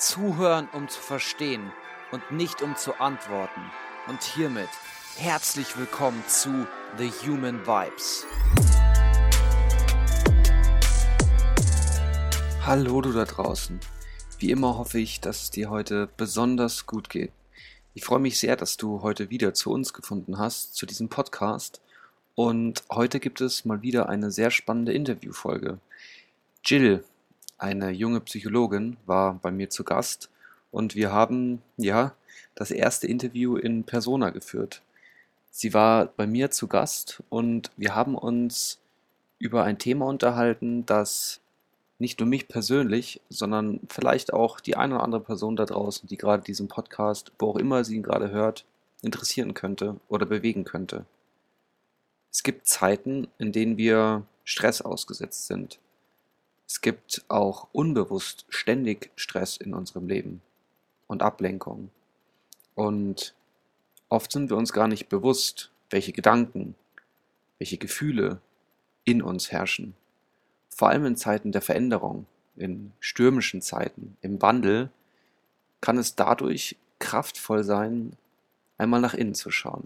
Zuhören, um zu verstehen und nicht um zu antworten. Und hiermit herzlich willkommen zu The Human Vibes. Hallo du da draußen. Wie immer hoffe ich, dass es dir heute besonders gut geht. Ich freue mich sehr, dass du heute wieder zu uns gefunden hast, zu diesem Podcast. Und heute gibt es mal wieder eine sehr spannende Interviewfolge. Jill, eine junge Psychologin, war bei mir zu Gast und wir haben, das erste Interview in Persona geführt. Sie war bei mir zu Gast und wir haben uns über ein Thema unterhalten, das nicht nur mich persönlich, sondern vielleicht auch die eine oder andere Person da draußen, die gerade diesen Podcast, wo auch immer sie ihn gerade hört, interessieren könnte oder bewegen könnte. Es gibt Zeiten, in denen wir Stress ausgesetzt sind. Es gibt auch unbewusst ständig Stress in unserem Leben und Ablenkung. Und oft sind wir uns gar nicht bewusst, welche Gedanken, welche Gefühle in uns herrschen. Vor allem in Zeiten der Veränderung, in stürmischen Zeiten, im Wandel, kann es dadurch kraftvoll sein, einmal nach innen zu schauen.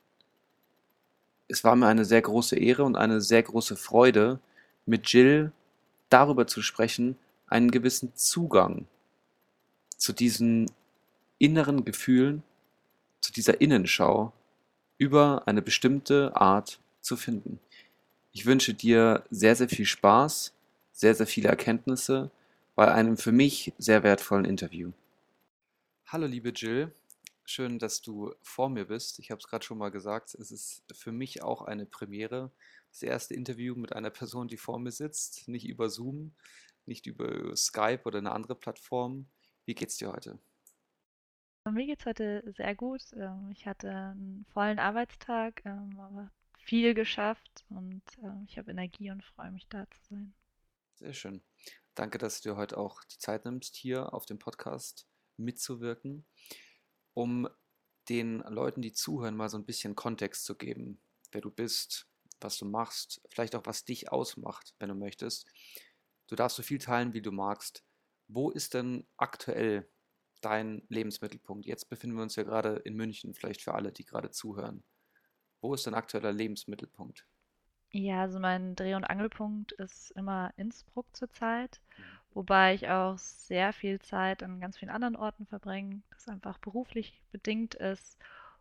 Es war mir eine sehr große Ehre und eine sehr große Freude, mit Jill darüber zu sprechen, einen gewissen Zugang zu diesen inneren Gefühlen, zu dieser Innenschau über eine bestimmte Art zu finden. Ich wünsche dir sehr, sehr viel Spaß, sehr, sehr viele Erkenntnisse bei einem für mich sehr wertvollen Interview. Hallo liebe Jill, schön, dass du vor mir bist. Ich habe es gerade schon mal gesagt, es ist für mich auch eine Premiere. Das erste Interview mit einer Person, die vor mir sitzt, nicht über Zoom, nicht über Skype oder eine andere Plattform. Wie geht's dir heute? Mir geht's heute sehr gut. Ich hatte einen vollen Arbeitstag, aber viel geschafft und ich habe Energie und freue mich, da zu sein. Sehr schön. Danke, dass du dir heute auch die Zeit nimmst, hier auf dem Podcast mitzuwirken, um den Leuten, die zuhören, mal so ein bisschen Kontext zu geben, wer du bist, was du machst, vielleicht auch was dich ausmacht, wenn du möchtest. Du darfst so viel teilen, wie du magst. Wo ist denn aktuell dein Lebensmittelpunkt? Jetzt befinden wir uns ja gerade in München, vielleicht für alle, die gerade zuhören. Wo ist dein aktueller Lebensmittelpunkt? Ja, also mein Dreh- und Angelpunkt ist immer Innsbruck zurzeit, Mhm. wobei ich auch sehr viel Zeit an ganz vielen anderen Orten verbringe, das einfach beruflich bedingt ist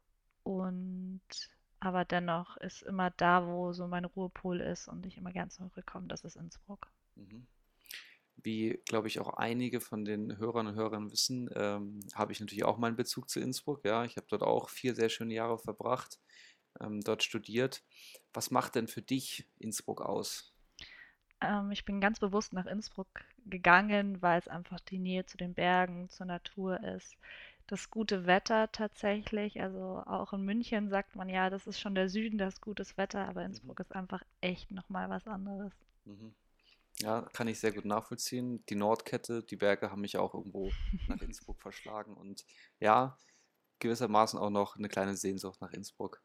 und aber dennoch ist immer da, wo so mein Ruhepol ist und ich immer gern zurückkomme, das ist Innsbruck. Mhm. Wie, glaube ich, auch einige von den Hörern und Hörern wissen, habe ich natürlich auch meinen Bezug zu Innsbruck. Ja, ich habe dort auch 4 sehr schöne Jahre verbracht, dort studiert. Was macht denn für dich Innsbruck aus? Ich bin ganz bewusst nach Innsbruck gegangen, weil es einfach die Nähe zu den Bergen, zur Natur ist. Das gute Wetter tatsächlich, also auch in München sagt man ja, das ist schon der Süden, das ist gutes Wetter, aber Mhm. Innsbruck ist einfach echt nochmal was anderes. Mhm. Ja, kann ich sehr gut nachvollziehen. Die Nordkette, die Berge haben mich auch irgendwo nach Innsbruck verschlagen und ja, gewissermaßen auch noch eine kleine Sehnsucht nach Innsbruck.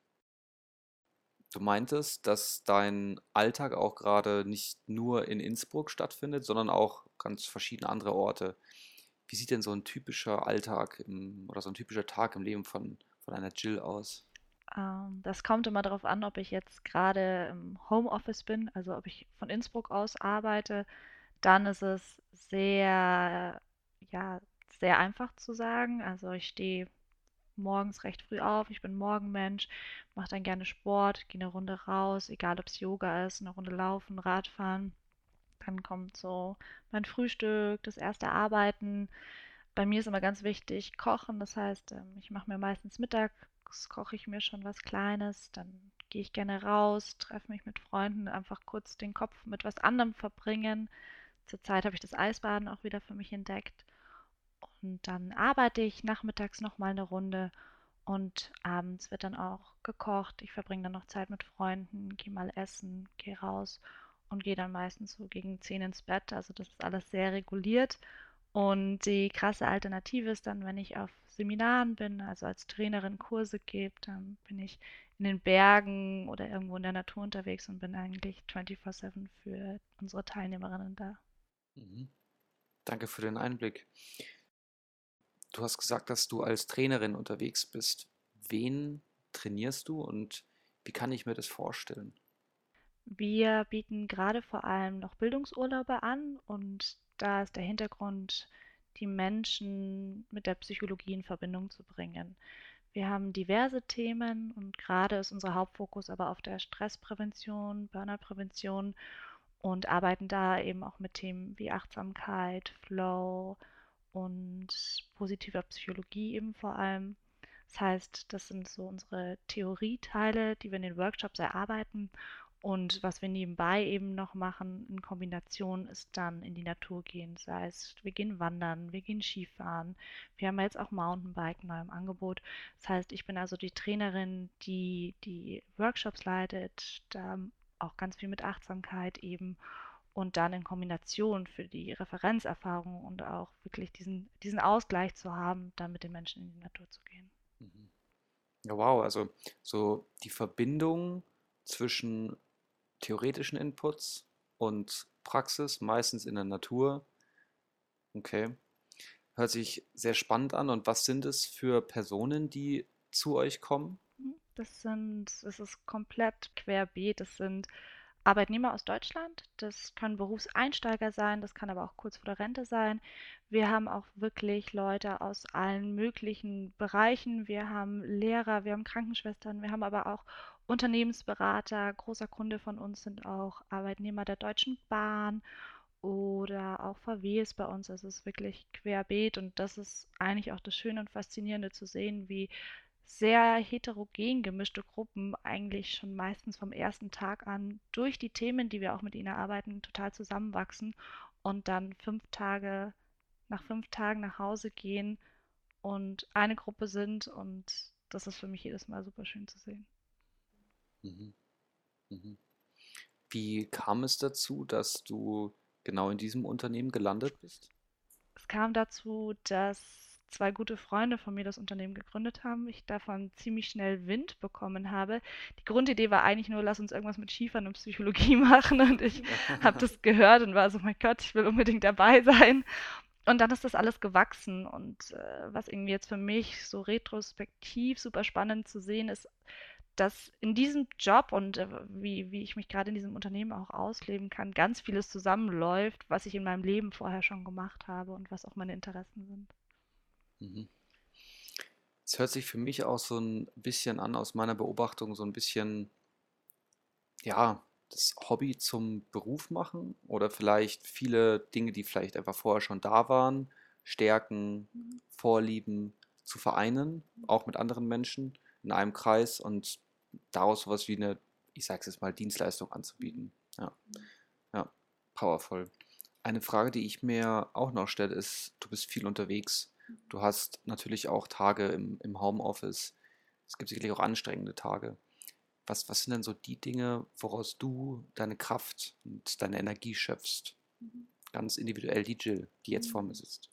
Du meintest, dass dein Alltag auch gerade nicht nur in Innsbruck stattfindet, sondern auch ganz verschiedene andere Orte. Wie sieht denn so ein typischer Alltag oder so ein typischer Tag im Leben von einer Jill aus? Das kommt immer darauf an, ob ich jetzt gerade im Homeoffice bin, also ob ich von Innsbruck aus arbeite, dann ist es sehr, ja, sehr einfach zu sagen. Also ich stehe morgens recht früh auf. Ich bin Morgenmensch, mache dann gerne Sport, gehe eine Runde raus, egal ob es Yoga ist, eine Runde laufen, Radfahren. Dann kommt so mein Frühstück, das erste Arbeiten. Bei mir ist immer ganz wichtig Kochen. Das heißt, ich mache mir meistens mittags, koche ich mir schon was Kleines. Dann gehe ich gerne raus, treffe mich mit Freunden, einfach kurz den Kopf mit was anderem verbringen. Zurzeit habe ich das Eisbaden auch wieder für mich entdeckt. Und dann arbeite ich nachmittags noch mal eine Runde und abends wird dann auch gekocht. Ich verbringe dann noch Zeit mit Freunden, gehe mal essen, gehe raus und gehe dann meistens so gegen 10 ins Bett. Also das ist alles sehr reguliert. Und die krasse Alternative ist dann, wenn ich auf Seminaren bin, also als Trainerin Kurse gebe, dann bin ich in den Bergen oder irgendwo in der Natur unterwegs und bin eigentlich 24/7 für unsere Teilnehmerinnen da. Mhm. Danke für den Einblick. Du hast gesagt, dass du als Trainerin unterwegs bist. Wen trainierst du und wie kann ich mir das vorstellen? Wir bieten gerade vor allem noch Bildungsurlaube an und da ist der Hintergrund, die Menschen mit der Psychologie in Verbindung zu bringen. Wir haben diverse Themen und gerade ist unser Hauptfokus aber auf der Stressprävention, Burnout-Prävention und arbeiten da eben auch mit Themen wie Achtsamkeit, Flow und positiver Psychologie eben vor allem. Das heißt, das sind so unsere Theorieteile, die wir in den Workshops erarbeiten. Und was wir nebenbei eben noch machen in Kombination ist dann in die Natur gehen. Sei es, wir gehen wandern, wir gehen Skifahren. Wir haben jetzt auch Mountainbike neu im Angebot. Das heißt, ich bin also die Trainerin, die die Workshops leitet, da auch ganz viel mit Achtsamkeit eben und dann in Kombination für die Referenzerfahrung und auch wirklich diesen Ausgleich zu haben, dann mit den Menschen in die Natur zu gehen. Mhm. Ja, wow, also so die Verbindung zwischen theoretischen Inputs und Praxis, meistens in der Natur. Okay, hört sich sehr spannend an. Und was sind es für Personen, die zu euch kommen? Das ist komplett querbeet. Das sind Arbeitnehmer aus Deutschland. Das können Berufseinsteiger sein, das kann aber auch kurz vor der Rente sein. Wir haben auch wirklich Leute aus allen möglichen Bereichen. Wir haben Lehrer, wir haben Krankenschwestern, wir haben aber auch Unternehmensberater. Großer Kunde von uns sind auch Arbeitnehmer der Deutschen Bahn oder auch VW ist bei uns. Also es ist wirklich querbeet und das ist eigentlich auch das Schöne und Faszinierende zu sehen, wie sehr heterogen gemischte Gruppen eigentlich schon meistens vom ersten Tag an durch die Themen, die wir auch mit ihnen erarbeiten, total zusammenwachsen und dann 5 Tage, nach 5 Tagen nach Hause gehen und eine Gruppe sind und das ist für mich jedes Mal super schön zu sehen. Mhm. Mhm. Wie kam es dazu, dass du genau in diesem Unternehmen gelandet bist? Es kam dazu, dass zwei gute Freunde von mir das Unternehmen gegründet haben. Ich davon ziemlich schnell Wind bekommen habe. Die Grundidee war eigentlich nur, lass uns irgendwas mit Skifahren und Psychologie machen. Und ich habe das gehört und war so, mein Gott, ich will unbedingt dabei sein. Und dann ist das alles gewachsen. Und was irgendwie jetzt für mich so retrospektiv super spannend zu sehen ist, dass in diesem Job und wie ich mich gerade in diesem Unternehmen auch ausleben kann, ganz vieles zusammenläuft, was ich in meinem Leben vorher schon gemacht habe und was auch meine Interessen sind. Mhm. Es hört sich für mich auch so ein bisschen an, aus meiner Beobachtung, so ein bisschen, ja, das Hobby zum Beruf machen oder vielleicht viele Dinge, die vielleicht einfach vorher schon da waren, Stärken, Vorlieben zu vereinen, auch mit anderen Menschen in einem Kreis und daraus sowas wie eine, ich sage es jetzt mal, Dienstleistung anzubieten. Ja, ja, powerful. Eine Frage, die ich mir auch noch stelle, ist, du bist viel unterwegs. Du hast natürlich auch Tage im Homeoffice. Es gibt sicherlich auch anstrengende Tage. Was sind denn so die Dinge, woraus du deine Kraft und deine Energie schöpfst? Ganz individuell die Jill, die jetzt vor mir sitzt.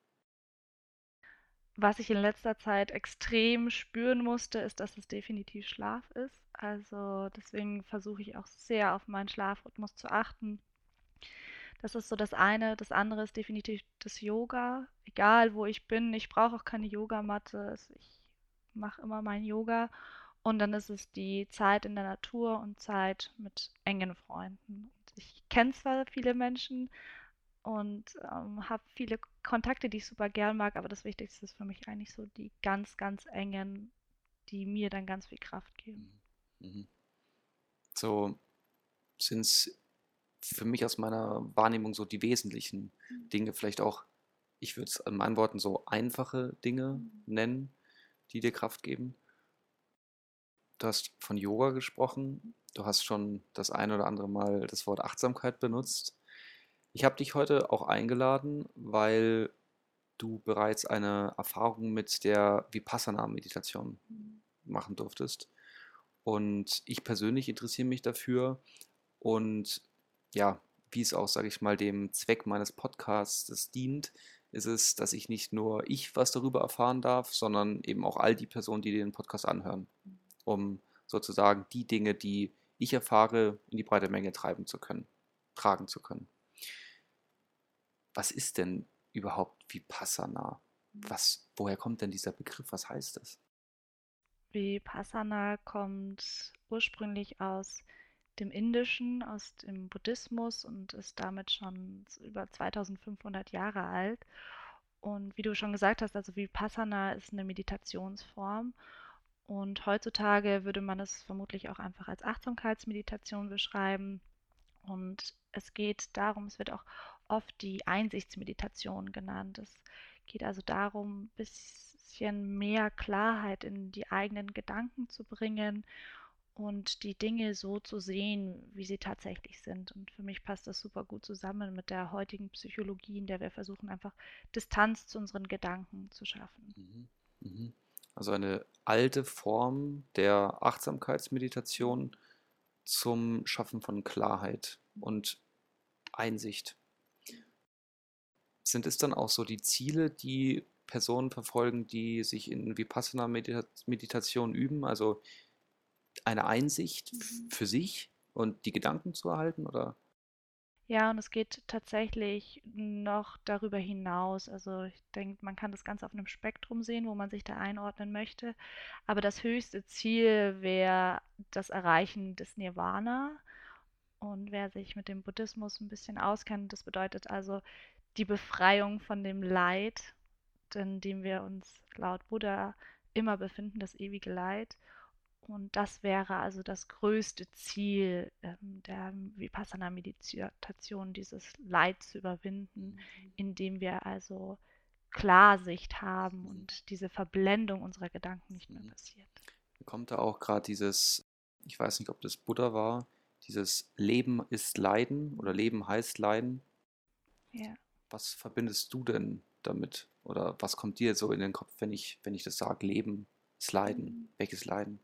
Was ich in letzter Zeit extrem spüren musste, ist, dass es definitiv Schlaf ist. Also deswegen versuche ich auch sehr auf meinen Schlafrhythmus zu achten. Das ist so das eine. Das andere ist definitiv das Yoga. Egal wo ich bin, ich brauche auch keine Yogamatte. Ich mache immer mein Yoga. Und dann ist es die Zeit in der Natur und Zeit mit engen Freunden. Und ich kenne zwar viele Menschen und habe viele Kontakte, die ich super gern mag, aber das Wichtigste ist für mich eigentlich so die ganz, ganz engen, die mir dann ganz viel Kraft geben. Mhm. So sind es für mich aus meiner Wahrnehmung so die wesentlichen Dinge, vielleicht auch, ich würde es in meinen Worten so einfache Dinge nennen, die dir Kraft geben. Du hast von Yoga gesprochen. Du hast schon das ein oder andere Mal das Wort Achtsamkeit benutzt. Ich habe dich heute auch eingeladen, weil du bereits eine Erfahrung mit der Vipassana-Meditation machen durftest. Und ich persönlich interessiere mich dafür und ja, wie es auch, sage ich mal, dem Zweck meines Podcasts dient, ist es, dass ich nicht nur ich was darüber erfahren darf, sondern eben auch all die Personen, die den Podcast anhören, um sozusagen die Dinge, die ich erfahre, in die breite Menge treiben zu können, tragen zu können. was ist denn überhaupt Vipassana? Woher kommt denn dieser Begriff? Was heißt das? Vipassana kommt ursprünglich aus dem Indischen, aus dem Buddhismus und ist damit schon über 2500 Jahre alt. Und wie du schon gesagt hast, also Vipassana ist eine Meditationsform. Und heutzutage würde man es vermutlich auch einfach als Achtsamkeitsmeditation beschreiben. Und es geht darum, es wird auch oft die Einsichtsmeditation genannt. Es geht also darum, ein bisschen mehr Klarheit in die eigenen Gedanken zu bringen und die Dinge so zu sehen, wie sie tatsächlich sind. Und für mich passt das super gut zusammen mit der heutigen Psychologie, in der wir versuchen, einfach Distanz zu unseren Gedanken zu schaffen. Mhm. Mhm. Also eine alte Form der Achtsamkeitsmeditation zum Schaffen von Klarheit und Einsicht. Sind es dann auch so die Ziele, die Personen verfolgen, die sich in Vipassana-Meditation üben, also eine Einsicht für sich und die Gedanken zu erhalten, oder? Ja, und es geht tatsächlich noch darüber hinaus. Also ich denke, man kann das Ganze auf einem Spektrum sehen, wo man sich da einordnen möchte. Aber das höchste Ziel wäre das Erreichen des Nirvana. Und wer sich mit dem Buddhismus ein bisschen auskennt, das bedeutet also die Befreiung von dem Leid, in dem wir uns laut Buddha immer befinden, das ewige Leid. Und das wäre also das größte Ziel der Vipassana-Meditation, dieses Leid zu überwinden, indem wir also Klarsicht haben Mhm. und diese Verblendung unserer Gedanken nicht mehr Mhm. passiert. Mir kommt da auch gerade ich weiß nicht, ob das Buddha war, dieses Leben ist Leiden oder Leben heißt Leiden. Ja. Was verbindest du denn damit? Oder was kommt dir so in den Kopf, wenn ich das sage, Leben ist Leiden? Welches Leiden?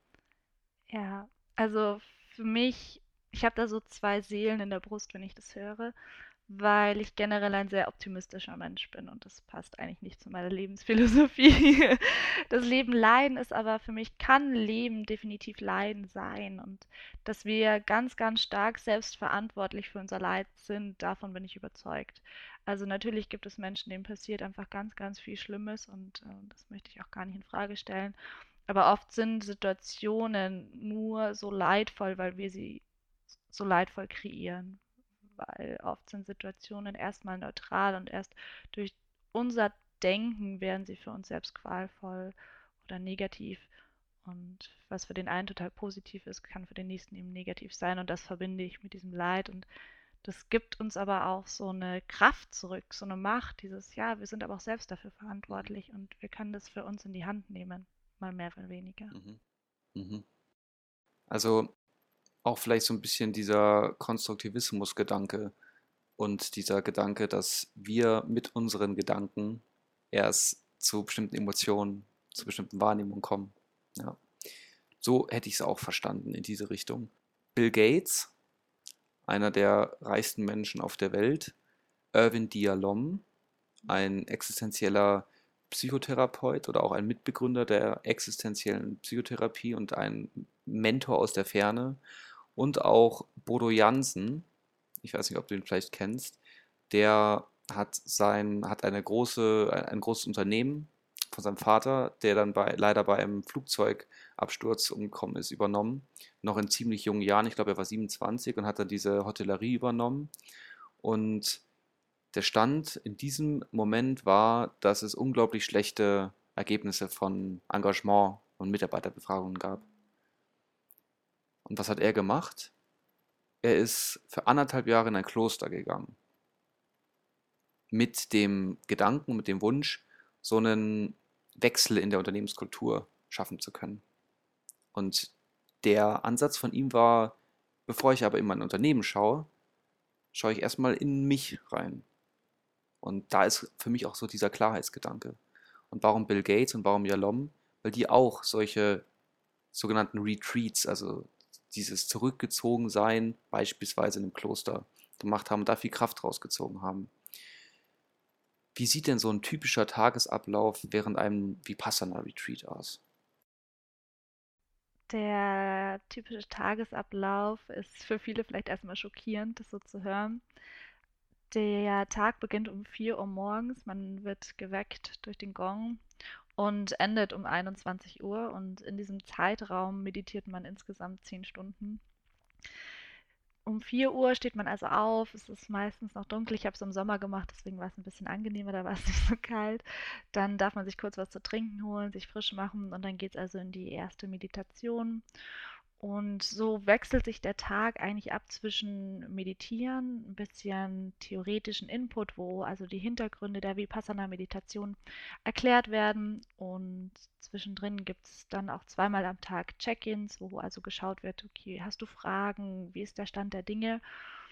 Ja, also für mich, ich habe da so zwei Seelen in der Brust, wenn ich das höre, weil ich generell ein sehr optimistischer Mensch bin und das passt eigentlich nicht zu meiner Lebensphilosophie. Das Leben Leiden ist aber für mich, kann Leben definitiv Leiden sein und dass wir ganz, ganz stark selbstverantwortlich für unser Leid sind, davon bin ich überzeugt. Also natürlich gibt es Menschen, denen passiert einfach ganz, ganz viel Schlimmes und das möchte ich auch gar nicht in Frage stellen. Aber oft sind Situationen nur so leidvoll, weil wir sie so leidvoll kreieren. Weil oft sind Situationen erstmal neutral und erst durch unser Denken werden sie für uns selbst qualvoll oder negativ. Und was für den einen total positiv ist, kann für den nächsten eben negativ sein. Und das verbinde ich mit diesem Leid. Und das gibt uns aber auch so eine Kraft zurück, so eine Macht, dieses, ja, wir sind aber auch selbst dafür Mhm. verantwortlich und wir können das für uns in die Hand nehmen. Mal mehr, mal weniger. Mhm. Mhm. Also auch vielleicht so ein bisschen dieser Konstruktivismus-Gedanke und dieser Gedanke, dass wir mit unseren Gedanken erst zu bestimmten Emotionen, zu bestimmten Wahrnehmungen kommen. Ja. So hätte ich es auch verstanden in diese Richtung. Bill Gates, einer der reichsten Menschen auf der Welt, Irwin Yalom, ein existenzieller Psychotherapeut oder auch ein Mitbegründer der existenziellen Psychotherapie und ein Mentor aus der Ferne, und auch Bodo Jansen, ich weiß nicht, ob du ihn vielleicht kennst, der hat ein großes Unternehmen von seinem Vater, der dann leider bei einem Flugzeugabsturz umgekommen ist, übernommen. Noch in ziemlich jungen Jahren, ich glaube, er war 27 und hat dann diese Hotellerie übernommen. Und der Stand in diesem Moment war, dass es unglaublich schlechte Ergebnisse von Engagement und Mitarbeiterbefragungen gab. Und was hat er gemacht? Er ist für 1,5 Jahre in ein Kloster gegangen, mit dem Gedanken, mit dem Wunsch, so einen Wechsel in der Unternehmenskultur schaffen zu können. Und der Ansatz von ihm war, bevor ich aber in mein Unternehmen schaue, schaue ich erstmal in mich rein. Und da ist für mich auch so dieser Klarheitsgedanke. Und warum Bill Gates und warum Yalom? Weil die auch solche sogenannten Retreats, also dieses Zurückgezogensein, beispielsweise in einem Kloster, gemacht haben und da viel Kraft rausgezogen haben. Wie sieht denn so ein typischer Tagesablauf während einem Vipassana-Retreat aus? Der typische Tagesablauf ist für viele vielleicht erstmal schockierend, das so zu hören. Der Tag beginnt um 4 Uhr morgens, man wird geweckt durch den Gong und endet um 21 Uhr. Und in diesem Zeitraum meditiert man insgesamt 10 Stunden. Um 4 Uhr steht man also auf. Es ist meistens noch dunkel. Ich habe es im Sommer gemacht, deswegen war es ein bisschen angenehmer, da war es nicht so kalt. Dann darf man sich kurz was zu trinken holen, sich frisch machen und dann geht es also in die erste Meditation. Und so wechselt sich der Tag eigentlich ab zwischen Meditieren, ein bisschen theoretischen Input, wo also die Hintergründe der Vipassana-Meditation erklärt werden. Und zwischendrin gibt es dann auch zweimal am Tag Check-ins, wo also geschaut wird, okay, hast du Fragen, wie ist der Stand der Dinge?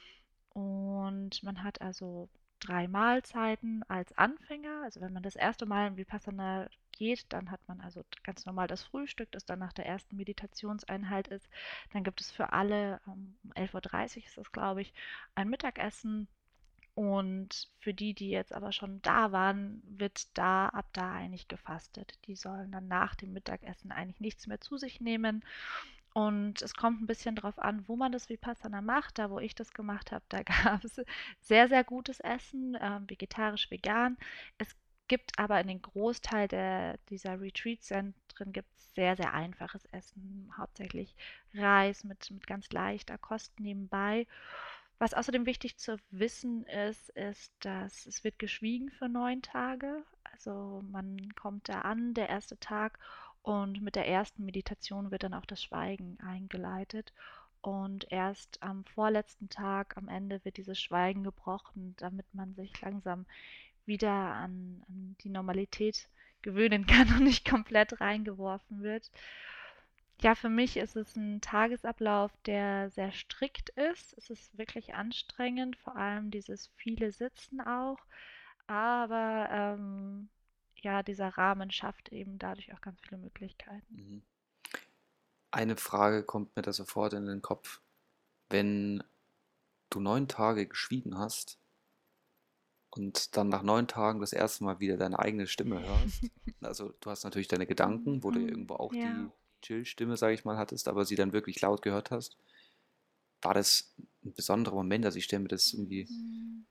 Und man hat also 3 Mahlzeiten als Anfänger. Also wenn man das erste Mal in Vipassana geht, dann hat man also ganz normal das Frühstück, das dann nach der ersten Meditationseinheit ist. Dann gibt es für alle um 11:30 Uhr ist das, glaube ich, ein Mittagessen. Und für die, die jetzt aber schon da waren, wird ab da eigentlich gefastet. Die sollen dann nach dem Mittagessen eigentlich nichts mehr zu sich nehmen. Und es kommt ein bisschen drauf an, wo man das Vipassana macht. Da, wo ich das gemacht habe, da gab es sehr, sehr gutes Essen, vegetarisch, vegan. Es gibt aber in den Großteil dieser Retreat-Zentren gibt's sehr, sehr einfaches Essen, hauptsächlich Reis mit ganz leichter Kost nebenbei. Was außerdem wichtig zu wissen ist, dass es wird geschwiegen für 9 Tage. Also man kommt da an, der erste Tag, und mit der ersten Meditation wird dann auch das Schweigen eingeleitet. Und erst am vorletzten Tag, am Ende, wird dieses Schweigen gebrochen, damit man sich langsam wieder an die Normalität gewöhnen kann und nicht komplett reingeworfen wird. Ja, für mich ist es ein Tagesablauf, der sehr strikt ist. Es ist wirklich anstrengend, vor allem dieses viele Sitzen auch. Aber ja, dieser Rahmen schafft eben dadurch auch ganz viele Möglichkeiten. Mhm. Eine Frage kommt mir da sofort in den Kopf. Wenn du 9 Tage geschwiegen hast und dann nach 9 Tagen das erste Mal wieder deine eigene Stimme hörst, also du hast natürlich deine Gedanken, wo du ja Mhm. irgendwo auch Ja. die Chill-Stimme, sage ich mal, hattest, aber sie dann wirklich laut gehört hast, war das ein besonderer Moment. Also ich stelle mir das irgendwie. Mhm.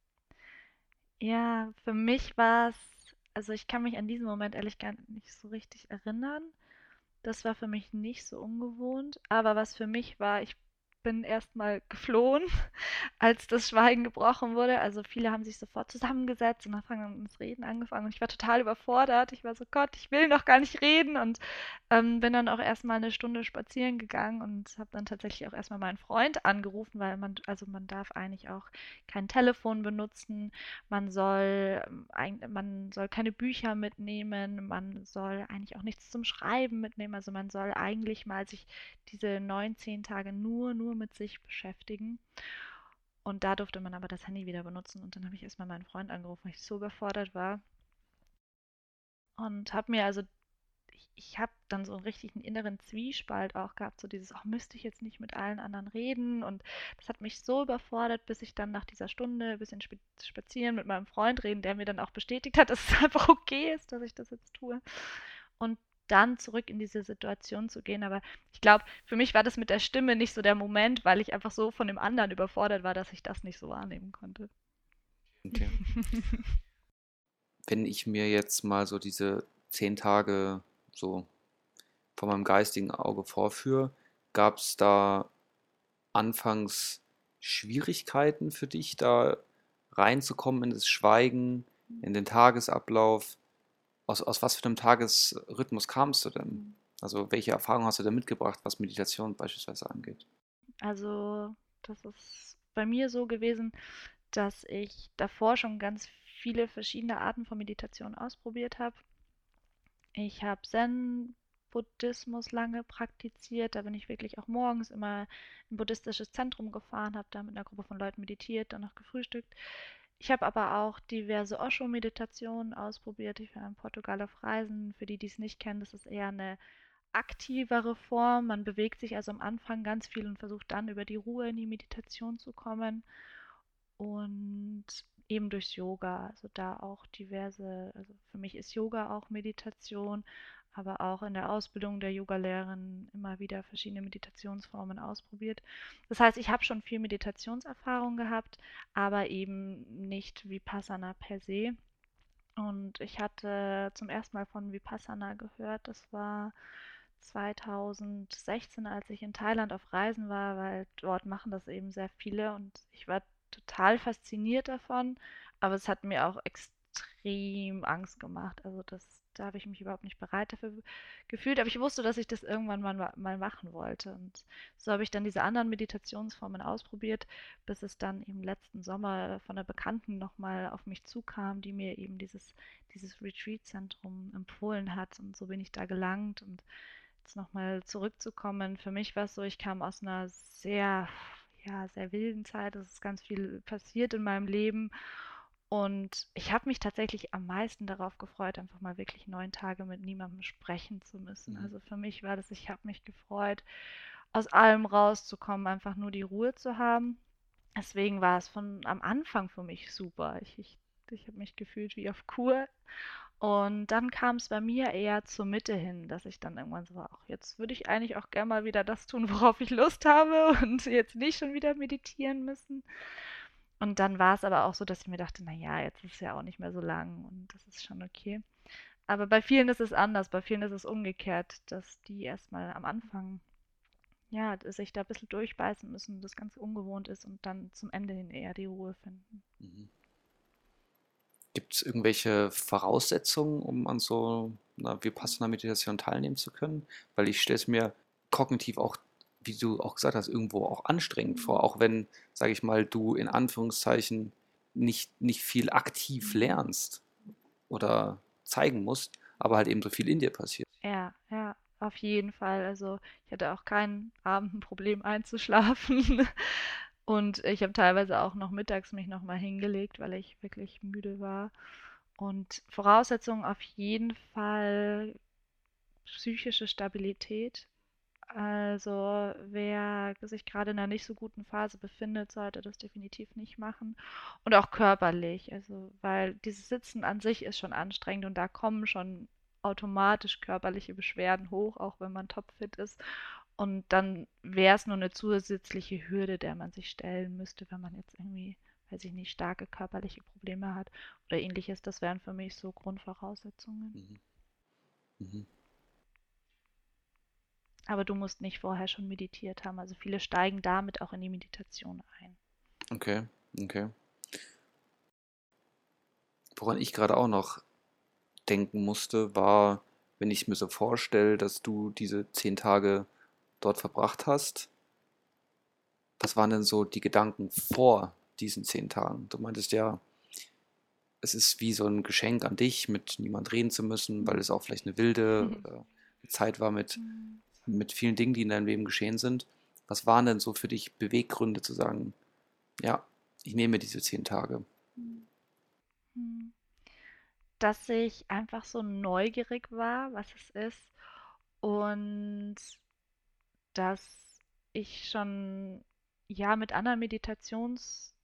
Ja, für mich war es, also ich kann mich an diesen Moment ehrlich gar nicht so richtig erinnern. Das war für mich nicht so ungewohnt, aber was für mich war, ich bin erstmal geflohen, als das Schweigen gebrochen wurde. Also viele haben sich sofort zusammengesetzt und haben das Reden angefangen und ich war total überfordert. Ich war so, Gott, ich will noch gar nicht reden und bin dann auch erstmal eine Stunde spazieren gegangen und habe dann tatsächlich auch erstmal meinen Freund angerufen, weil man darf eigentlich auch kein Telefon benutzen, man soll keine Bücher mitnehmen, man soll eigentlich auch nichts zum Schreiben mitnehmen. Also man soll eigentlich mal sich diese 9, 10 Tage nur mit sich beschäftigen. Und da durfte man aber das Handy wieder benutzen. Und dann habe ich erstmal meinen Freund angerufen, weil ich so überfordert war. Und habe mir also, ich habe dann so einen richtigen inneren Zwiespalt auch gehabt, so dieses, ach, müsste ich jetzt nicht mit allen anderen reden? Und das hat mich so überfordert, bis ich dann nach dieser Stunde ein bisschen spazieren mit meinem Freund reden, der mir dann auch bestätigt hat, dass es einfach okay ist, dass ich das jetzt tue. Und dann zurück in diese Situation zu gehen. Aber ich glaube, für mich war das mit der Stimme nicht so der Moment, weil ich einfach so von dem anderen überfordert war, dass ich das nicht so wahrnehmen konnte. Okay. Wenn ich mir jetzt mal so diese 10 Tage so vor meinem geistigen Auge vorführe, gab es da anfangs Schwierigkeiten für dich, da reinzukommen in das Schweigen, in den Tagesablauf? Aus was für einem Tagesrhythmus kamst du denn? Also welche Erfahrungen hast du da mitgebracht, was Meditation beispielsweise angeht? Also, das ist bei mir so gewesen, dass ich davor schon ganz viele verschiedene Arten von Meditation ausprobiert habe. Ich habe Zen-Buddhismus lange praktiziert. Da bin ich wirklich auch morgens immer in ein buddhistisches Zentrum gefahren, habe da mit einer Gruppe von Leuten meditiert, dann noch gefrühstückt. Ich habe aber auch diverse Osho-Meditationen ausprobiert. Ich war in Portugal auf Reisen. Für die, die es nicht kennen, das ist eher eine aktivere Form. Man bewegt sich also am Anfang ganz viel und versucht dann über die Ruhe in die Meditation zu kommen. Und eben durchs Yoga. Also da auch diverse, also für mich ist Yoga auch Meditation, aber auch in der Ausbildung der Yogalehrerin immer wieder verschiedene Meditationsformen ausprobiert. Das heißt, ich habe schon viel Meditationserfahrung gehabt, aber eben nicht Vipassana per se. Und ich hatte zum ersten Mal von Vipassana gehört. Das war 2016, als ich in Thailand auf Reisen war, weil dort machen das eben sehr viele und ich war total fasziniert davon, aber es hat mir auch extrem Angst gemacht. Also da habe ich mich überhaupt nicht bereit dafür gefühlt, aber ich wusste, dass ich das irgendwann mal machen wollte. Und so habe ich dann diese anderen Meditationsformen ausprobiert, bis es dann im letzten Sommer von einer Bekannten nochmal auf mich zukam, die mir eben dieses Retreat-Zentrum empfohlen hat. Und so bin ich da gelangt. Und jetzt nochmal zurückzukommen, für mich war es so, ich kam aus einer sehr wilden Zeit. Es ist ganz viel passiert in meinem Leben. Und ich habe mich tatsächlich am meisten darauf gefreut, einfach mal wirklich 9 Tage mit niemandem sprechen zu müssen. Mhm. Also für mich war das, ich habe mich gefreut, aus allem rauszukommen, einfach nur die Ruhe zu haben. Deswegen war es von am Anfang für mich super. Ich habe mich gefühlt wie auf Kur. Und dann kam es bei mir eher zur Mitte hin, dass ich dann irgendwann so war, ach, jetzt würde ich eigentlich auch gerne mal wieder das tun, worauf ich Lust habe und jetzt nicht schon wieder meditieren müssen. Und dann war es aber auch so, dass ich mir dachte, naja, jetzt ist es ja auch nicht mehr so lang und das ist schon okay. Aber bei vielen ist es anders, bei vielen ist es umgekehrt, dass die erstmal am Anfang, ja, sich da ein bisschen durchbeißen müssen, das ganz ungewohnt ist und dann zum Ende hin eher die Ruhe finden. Mhm. Gibt es irgendwelche Voraussetzungen, um an so einer Vipassana-Meditation teilnehmen zu können? Weil ich stelle es mir kognitiv auch, wie du auch gesagt hast, irgendwo auch anstrengend vor, Mhm. auch wenn, sage ich mal, du in Anführungszeichen nicht viel aktiv Mhm. lernst oder zeigen musst, aber halt eben so viel in dir passiert. Ja, ja, auf jeden Fall. Also ich hatte auch kein Abend ein Problem einzuschlafen. Und ich habe teilweise auch noch mittags mich noch mal hingelegt, weil ich wirklich müde war. Und Voraussetzungen auf jeden Fall psychische Stabilität. Also wer sich gerade in einer nicht so guten Phase befindet, sollte das definitiv nicht machen. Und auch körperlich, also weil dieses Sitzen an sich ist schon anstrengend und da kommen schon automatisch körperliche Beschwerden hoch, auch wenn man topfit ist. Und dann wäre es nur eine zusätzliche Hürde, der man sich stellen müsste, wenn man jetzt irgendwie, weiß ich nicht, starke körperliche Probleme hat oder ähnliches. Das wären für mich so Grundvoraussetzungen. Mhm. Mhm. Aber du musst nicht vorher schon meditiert haben. Also viele steigen damit auch in die Meditation ein. Okay, okay. Woran ich gerade auch noch denken musste, war, wenn ich mir so vorstelle, dass du diese 10 Tage dort verbracht hast, was waren denn so die Gedanken vor diesen 10 Tagen? Du meintest ja, es ist wie so ein Geschenk an dich, mit niemand reden zu müssen, weil es auch vielleicht eine wilde Zeit war mit vielen Dingen, die in deinem Leben geschehen sind. Was waren denn so für dich Beweggründe zu sagen, ja, ich nehme diese 10 Tage? Dass ich einfach so neugierig war, was es ist und dass ich schon ja mit anderen Meditationsmethoden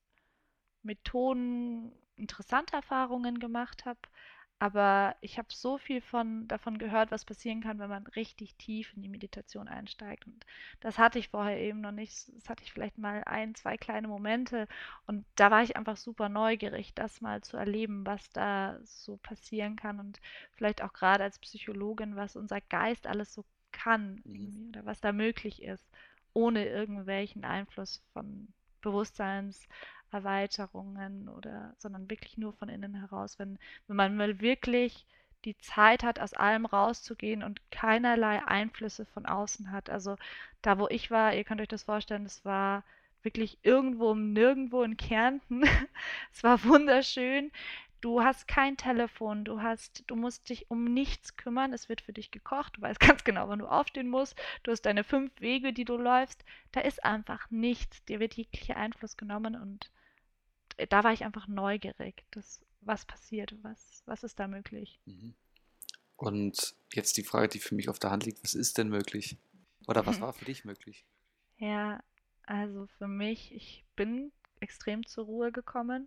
interessante Erfahrungen gemacht habe. Aber ich habe so viel davon gehört, was passieren kann, wenn man richtig tief in die Meditation einsteigt. Und das hatte ich vorher eben noch nicht. Das hatte ich vielleicht mal ein, zwei kleine Momente. Und da war ich einfach super neugierig, das mal zu erleben, was da so passieren kann. Und vielleicht auch gerade als Psychologin, was unser Geist alles so kann, Mhm. irgendwie, oder was da möglich ist, ohne irgendwelchen Einfluss von Bewusstseinserweiterungen oder, sondern wirklich nur von innen heraus, wenn man mal wirklich die Zeit hat, aus allem rauszugehen und keinerlei Einflüsse von außen hat. Also da, wo ich war, ihr könnt euch das vorstellen, es war wirklich irgendwo im Nirgendwo in Kärnten. Es war wunderschön. Du hast kein Telefon, du musst dich um nichts kümmern, es wird für dich gekocht, du weißt ganz genau, wann du aufstehen musst, du hast deine 5 Wege, die du läufst, da ist einfach nichts, dir wird jeglicher Einfluss genommen und da war ich einfach neugierig, was passiert, was ist da möglich. Mhm. Und jetzt die Frage, die für mich auf der Hand liegt, was ist denn möglich? Oder was war für dich möglich? Ja, also für mich, ich bin extrem zur Ruhe gekommen.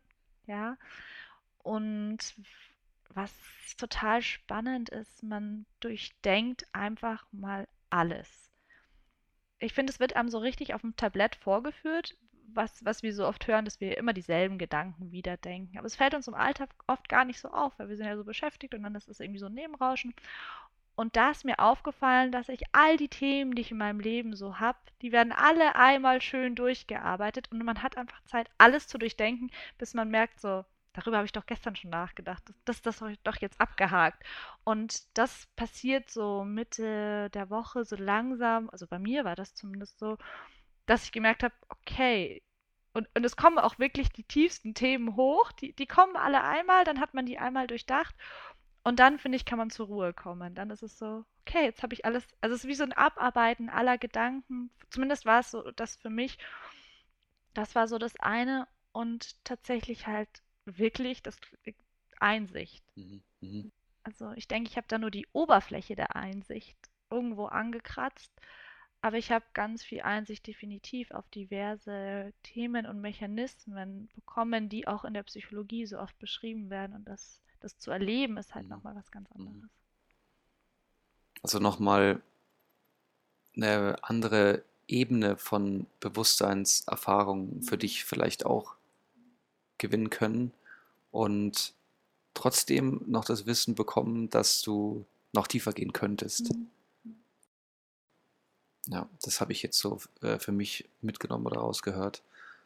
ja. Und was total spannend ist, man durchdenkt einfach mal alles. Ich finde, es wird einem so richtig auf dem Tablett vorgeführt, was wir so oft hören, dass wir immer dieselben Gedanken wieder denken. Aber es fällt uns im Alltag oft gar nicht so auf, weil wir sind ja so beschäftigt und dann ist es irgendwie so ein Nebenrauschen. Und da ist mir aufgefallen, dass ich all die Themen, die ich in meinem Leben so habe, die werden alle einmal schön durchgearbeitet und man hat einfach Zeit, alles zu durchdenken, bis man merkt, so, darüber habe ich doch gestern schon nachgedacht. Das habe ich doch jetzt abgehakt. Und das passiert so Mitte der Woche so langsam, also bei mir war das zumindest so, dass ich gemerkt habe, okay, und es kommen auch wirklich die tiefsten Themen hoch, die kommen alle einmal, dann hat man die einmal durchdacht und dann, finde ich, kann man zur Ruhe kommen. Dann ist es so, okay, jetzt habe ich alles, also es ist wie so ein Abarbeiten aller Gedanken. Zumindest war es so, das für mich, das war so das eine und tatsächlich halt wirklich das Einsicht. Mhm. Mhm. Also ich denke, ich habe da nur die Oberfläche der Einsicht irgendwo angekratzt, aber ich habe ganz viel Einsicht definitiv auf diverse Themen und Mechanismen bekommen, die auch in der Psychologie so oft beschrieben werden. Und das zu erleben ist halt Mhm. nochmal was ganz Mhm. anderes. Also nochmal eine andere Ebene von Bewusstseinserfahrung für dich vielleicht auch gewinnen können und trotzdem noch das Wissen bekommen, dass du noch tiefer gehen könntest. Mhm. Ja, das habe ich jetzt so für mich mitgenommen oder rausgehört.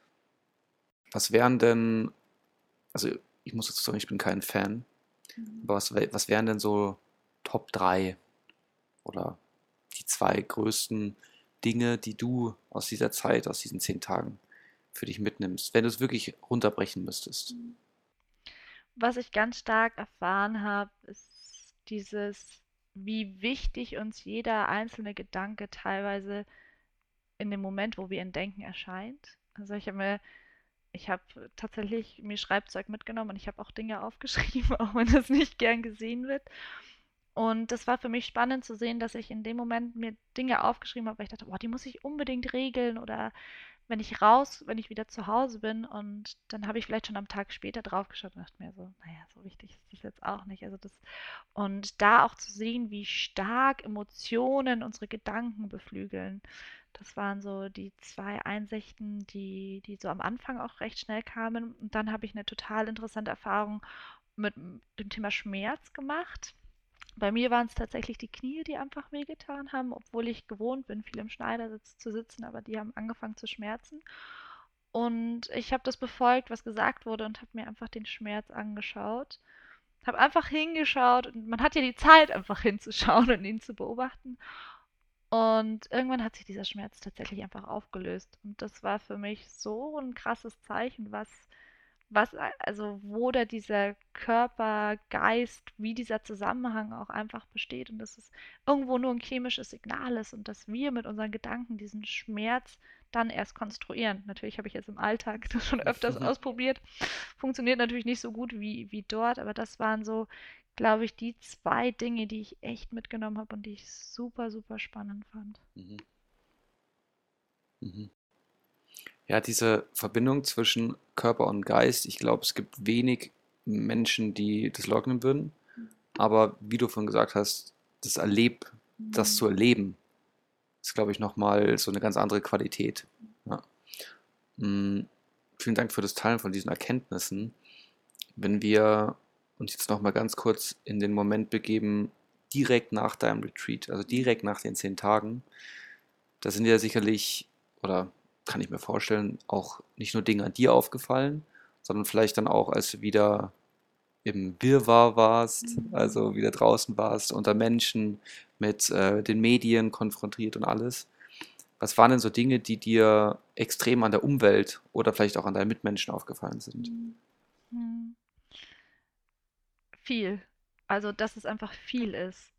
Was wären denn, also ich muss dazu sagen, ich bin kein Fan, Mhm. aber was wären denn so Top 3 oder die zwei größten Dinge, die du aus dieser Zeit, aus diesen 10 Tagen für dich mitnimmst, wenn du es wirklich runterbrechen müsstest? Was ich ganz stark erfahren habe, ist dieses, wie wichtig uns jeder einzelne Gedanke teilweise in dem Moment, wo wir ihn denken, erscheint. Also ich habe tatsächlich mir Schreibzeug mitgenommen und ich habe auch Dinge aufgeschrieben, auch wenn das nicht gern gesehen wird. Und das war für mich spannend zu sehen, dass ich in dem Moment mir Dinge aufgeschrieben habe, weil ich dachte, boah, die muss ich unbedingt regeln oder wenn ich wieder zu Hause bin und dann habe ich vielleicht schon am Tag später drauf geschaut und dachte mir so, naja, so wichtig ist das jetzt auch nicht. Und da auch zu sehen, wie stark Emotionen unsere Gedanken beflügeln. Das waren so die zwei Einsichten, die so am Anfang auch recht schnell kamen. Und dann habe ich eine total interessante Erfahrung mit dem Thema Schmerz gemacht. Bei mir waren es tatsächlich die Knie, die einfach wehgetan haben, obwohl ich gewohnt bin, viel im Schneidersitz zu sitzen, aber die haben angefangen zu schmerzen. Und ich habe das befolgt, was gesagt wurde und habe mir einfach den Schmerz angeschaut. Habe einfach hingeschaut und man hat ja die Zeit, einfach hinzuschauen und ihn zu beobachten. Und irgendwann hat sich dieser Schmerz tatsächlich einfach aufgelöst. Und das war für mich so ein krasses Zeichen, also wo da dieser Körper, Geist, wie dieser Zusammenhang auch einfach besteht und dass es irgendwo nur ein chemisches Signal ist und dass wir mit unseren Gedanken diesen Schmerz dann erst konstruieren. Natürlich habe ich jetzt im Alltag das schon öfters ausprobiert. Funktioniert natürlich nicht so gut wie dort, aber das waren so, glaube ich, die zwei Dinge, die ich echt mitgenommen habe und die ich super, super spannend fand. Mhm. Mhm. Ja, diese Verbindung zwischen Körper und Geist, ich glaube, es gibt wenig Menschen, die das leugnen würden. Aber wie du vorhin gesagt hast, das zu erleben, ist, glaube ich, nochmal so eine ganz andere Qualität. Ja. Mm, Vielen Dank für das Teilen von diesen Erkenntnissen. Wenn wir uns jetzt nochmal ganz kurz in den Moment begeben, direkt nach deinem Retreat, also direkt nach den 10 Tagen, da sind ja sicherlich, oder kann ich mir vorstellen, auch nicht nur Dinge an dir aufgefallen, sondern vielleicht dann auch, als du wieder im Wirrwarr warst, also wieder draußen warst, unter Menschen, mit den Medien konfrontiert und alles. Was waren denn so Dinge, die dir extrem an der Umwelt oder vielleicht auch an deinen Mitmenschen aufgefallen sind? Hm. Viel. Also, dass es einfach viel ist.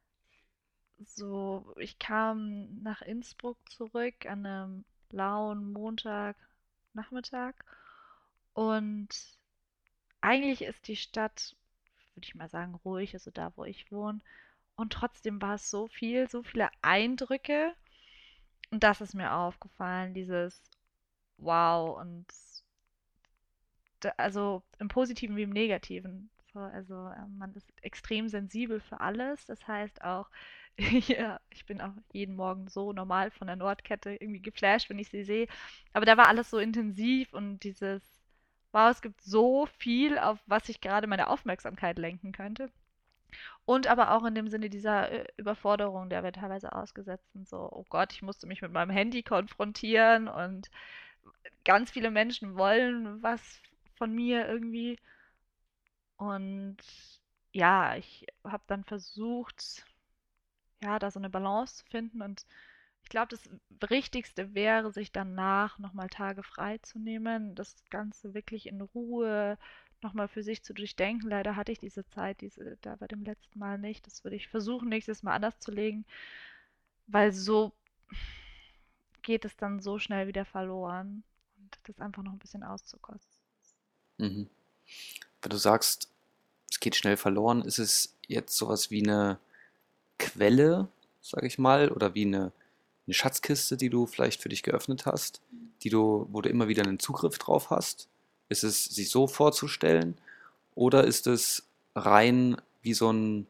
So, ich kam nach Innsbruck zurück an einem lauen Montagnachmittag und eigentlich ist die Stadt, würde ich mal sagen, ruhig, also da, wo ich wohne. Und trotzdem war es so viel, so viele Eindrücke. Und das ist mir aufgefallen, dieses Wow. Und also im Positiven wie im Negativen. So, also man ist extrem sensibel für alles. Das heißt auch, ja, ich bin auch jeden Morgen so normal von der Nordkette irgendwie geflasht, wenn ich sie sehe. Aber da war alles so intensiv und dieses, wow, es gibt so viel, auf was ich gerade meine Aufmerksamkeit lenken könnte. Und aber auch in dem Sinne dieser Überforderung, der wir teilweise ausgesetzt sind. So, oh Gott, ich musste mich mit meinem Handy konfrontieren und ganz viele Menschen wollen was von mir irgendwie. Und ja, ich habe dann versucht, ja, da so eine Balance zu finden. Und ich glaube, das Richtigste wäre, sich danach nochmal Tage frei zu nehmen, das Ganze wirklich in Ruhe nochmal für sich zu durchdenken. Leider hatte ich diese Zeit, da bei dem letzten Mal nicht. Das würde ich versuchen, nächstes Mal anders zu legen, weil so geht es dann so schnell wieder verloren. Und das einfach noch ein bisschen auszukosten. Mhm. Wenn du sagst, es geht schnell verloren, ist es jetzt sowas wie eine Quelle, sage ich mal, oder wie eine Schatzkiste, die du vielleicht für dich geöffnet hast, wo du immer wieder einen Zugriff drauf hast? Ist es sich so vorzustellen oder ist es rein wie so ein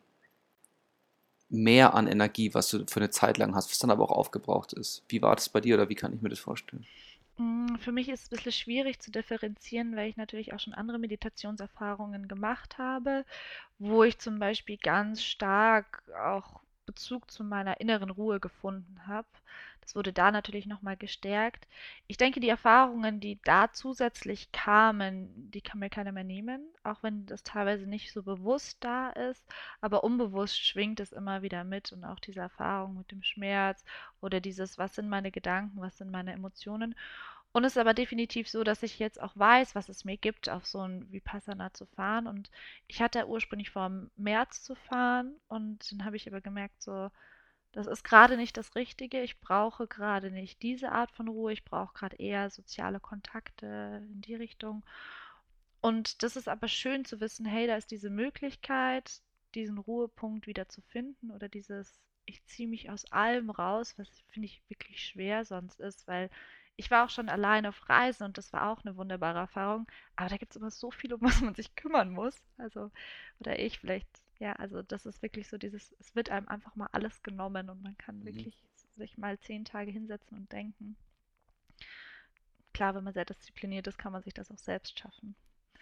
Mehr an Energie, was du für eine Zeit lang hast, was dann aber auch aufgebraucht ist? Wie war das bei dir oder wie kann ich mir das vorstellen? Für mich ist es ein bisschen schwierig zu differenzieren, weil ich natürlich auch schon andere Meditationserfahrungen gemacht habe, wo ich zum Beispiel ganz stark auch Bezug zu meiner inneren Ruhe gefunden habe. Das wurde da natürlich noch mal gestärkt. Ich denke, die Erfahrungen, die da zusätzlich kamen, die kann mir keiner mehr nehmen, auch wenn das teilweise nicht so bewusst da ist, aber unbewusst schwingt es immer wieder mit und auch diese Erfahrung mit dem Schmerz oder dieses, was sind meine Gedanken, was sind meine Emotionen. Und es ist aber definitiv so, dass ich jetzt auch weiß, was es mir gibt, auf so ein Vipassana zu fahren. Und ich hatte ursprünglich vor, im März zu fahren. Und dann habe ich aber gemerkt, so, das ist gerade nicht das Richtige. Ich brauche gerade nicht diese Art von Ruhe. Ich brauche gerade eher soziale Kontakte in die Richtung. Und das ist aber schön zu wissen, hey, da ist diese Möglichkeit, diesen Ruhepunkt wieder zu finden oder dieses, ich ziehe mich aus allem raus, was finde ich wirklich schwer sonst ist, weil ich war auch schon alleine auf Reisen und das war auch eine wunderbare Erfahrung, aber da gibt es immer so viel, um was man sich kümmern muss. Also, oder ich vielleicht, ja, also das ist wirklich so dieses, es wird einem einfach mal alles genommen und man kann Mhm. wirklich sich mal 10 Tage hinsetzen und denken. Klar, wenn man sehr diszipliniert ist, kann man sich das auch selbst schaffen.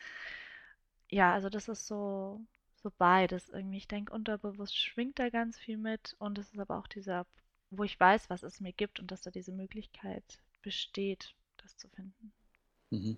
Ja, also das ist so beides irgendwie. Ich denke, unterbewusst schwingt da ganz viel mit und es ist aber auch dieser, wo ich weiß, was es mir gibt und dass da diese Möglichkeit besteht, das zu finden. Mhm.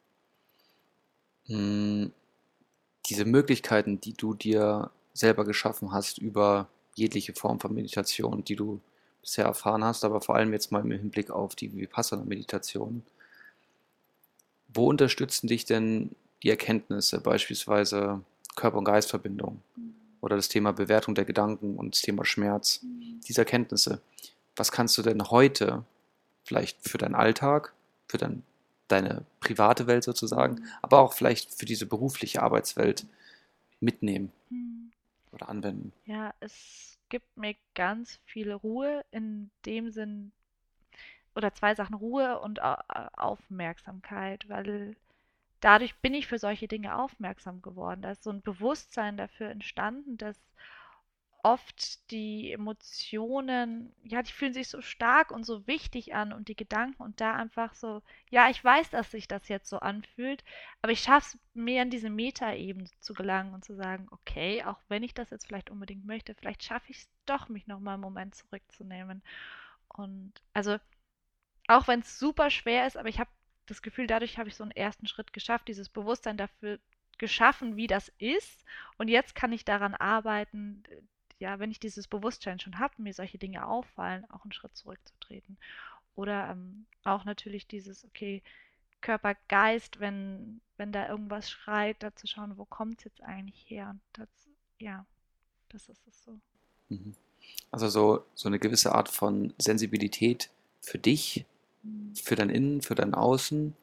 Mm, Diese Möglichkeiten, die du dir selber geschaffen hast über jegliche Form von Meditation, die du bisher erfahren hast, aber vor allem jetzt mal im Hinblick auf die Vipassana-Meditation. Wo unterstützen dich denn die Erkenntnisse, beispielsweise Körper- und Geistverbindung oder das Thema Bewertung der Gedanken und das Thema Schmerz? Mhm. Diese Erkenntnisse, was kannst du denn heute vielleicht für deinen Alltag, für deine private Welt sozusagen, Mhm. aber auch vielleicht für diese berufliche Arbeitswelt mitnehmen Mhm. oder anwenden? Ja, es gibt mir ganz viel Ruhe in dem Sinn, oder zwei Sachen, Ruhe und Aufmerksamkeit, weil dadurch bin ich für solche Dinge aufmerksam geworden. Da ist so ein Bewusstsein dafür entstanden, dass oft die Emotionen, ja, die fühlen sich so stark und so wichtig an und die Gedanken und da einfach so, ja, ich weiß, dass sich das jetzt so anfühlt, aber ich schaffe es mehr in diese Metaebene zu gelangen und zu sagen, okay, auch wenn ich das jetzt vielleicht unbedingt möchte, vielleicht schaffe ich es doch, mich nochmal einen Moment zurückzunehmen. Und also auch wenn es super schwer ist, aber ich habe das Gefühl, dadurch habe ich so einen ersten Schritt geschafft, dieses Bewusstsein dafür geschaffen, wie das ist. Und jetzt kann ich daran arbeiten, ja, wenn ich dieses Bewusstsein schon habe, mir solche Dinge auffallen, auch einen Schritt zurückzutreten. Oder auch natürlich dieses, okay, Körper, Geist, wenn da irgendwas schreit, da zu schauen, wo kommt es jetzt eigentlich her? Und das, ja, das ist es so. Mhm. Also so eine gewisse Art von Sensibilität für dich, Mhm. für dein Innen, für dein Außen,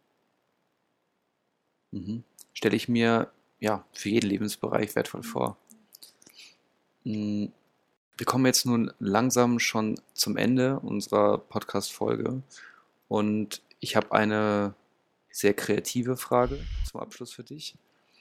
stelle ich mir ja für jeden Lebensbereich wertvoll vor. Mm, Wir kommen jetzt nun langsam schon zum Ende unserer Podcast-Folge und ich habe eine sehr kreative Frage zum Abschluss für dich.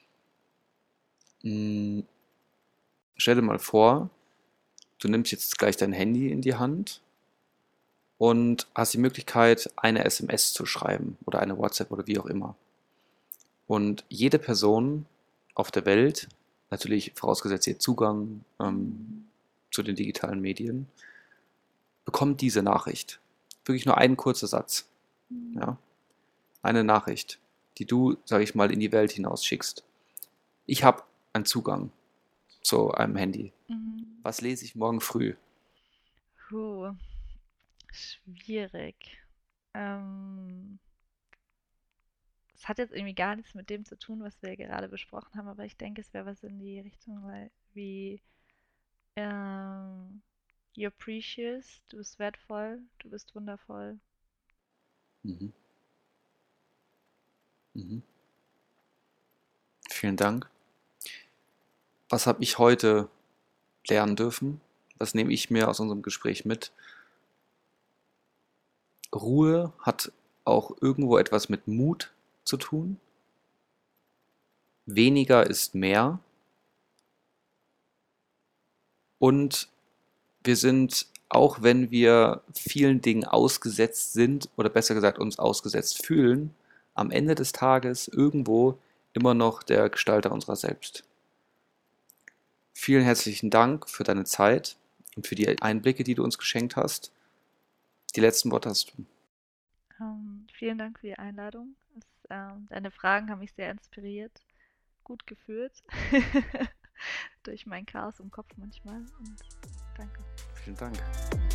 Hm, Stell dir mal vor, du nimmst jetzt gleich dein Handy in die Hand und hast die Möglichkeit, eine SMS zu schreiben oder eine WhatsApp oder wie auch immer. Und jede Person auf der Welt, natürlich vorausgesetzt ihr Zugang zu den digitalen Medien, bekommt diese Nachricht. Wirklich nur ein kurzer Satz. Ja? Eine Nachricht, die du, sage ich mal, in die Welt hinaus schickst. Ich habe einen Zugang zu einem Handy. Mhm. Was lese ich morgen früh? Puh, schwierig. Ähm, Es hat jetzt irgendwie gar nichts mit dem zu tun, was wir gerade besprochen haben, aber ich denke, es wäre was in die Richtung, wie ähm, You're precious, du bist wertvoll, du bist wundervoll. Mhm. Mhm. Vielen Dank. Was habe ich heute lernen dürfen? Was nehme ich mir aus unserem Gespräch mit? Ruhe hat auch irgendwo etwas mit Mut zu tun. Weniger ist mehr. Und wir sind, auch wenn wir vielen Dingen ausgesetzt sind oder besser gesagt uns ausgesetzt fühlen, am Ende des Tages irgendwo immer noch der Gestalter unserer selbst. Vielen herzlichen Dank für deine Zeit und für die Einblicke, die du uns geschenkt hast. Die letzten Worte hast du. Vielen Dank für die Einladung. Deine Fragen haben mich sehr inspiriert, gut geführt durch mein Chaos im Kopf manchmal und danke. Vielen Dank.